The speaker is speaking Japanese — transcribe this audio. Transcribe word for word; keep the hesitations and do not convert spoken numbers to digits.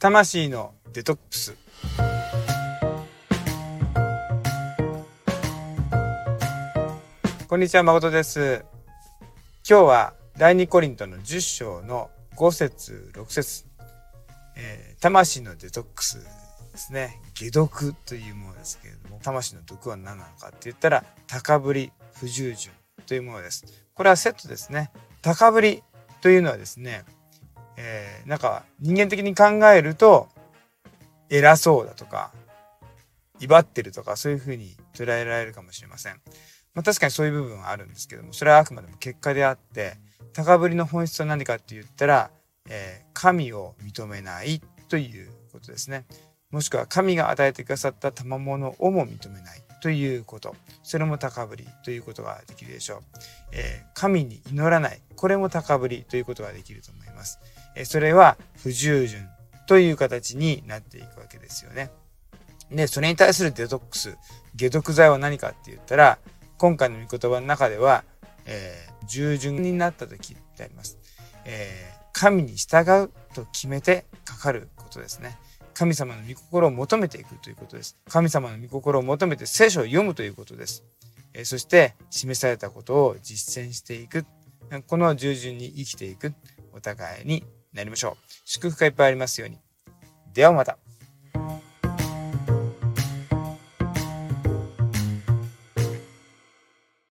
魂のデトックス。こんにちは、誠です。今日は第二コリントのじゅっ章のご節ろく節、えー、魂のデトックスですね。解毒というものですけれども、魂の毒は何なのかって言ったら、高ぶり、不従順というものです。これはセットですね。高ぶりというのはですね、えー、なんか人間的に考えると偉そうだとか威張ってるとか、そういうふうに捉えられるかもしれません。まあ、確かにそういう部分はあるんですけども、それはあくまでも結果であって、高ぶりの本質は何かって言ったら、えー、神を認めないということですね。もしくは神が与えてくださった賜物をも認めないということ、それも高ぶりということができるでしょう。えー、神に祈らない、これも高ぶりということができると思います。えー、それは不従順という形になっていくわけですよね。で、それに対するデトックス、解毒剤は何かって言ったら、今回の御言葉の中では、えー、従順になった時ってあります。えー、神に従うと決めてかかることですね。神様の御心を求めていくということです。神様の御心を求めて聖書を読むということです。えー、そして示されたことを実践していく。この従順に生きていくお互いになりましょう。祝福がいっぱいありますように。ではまた。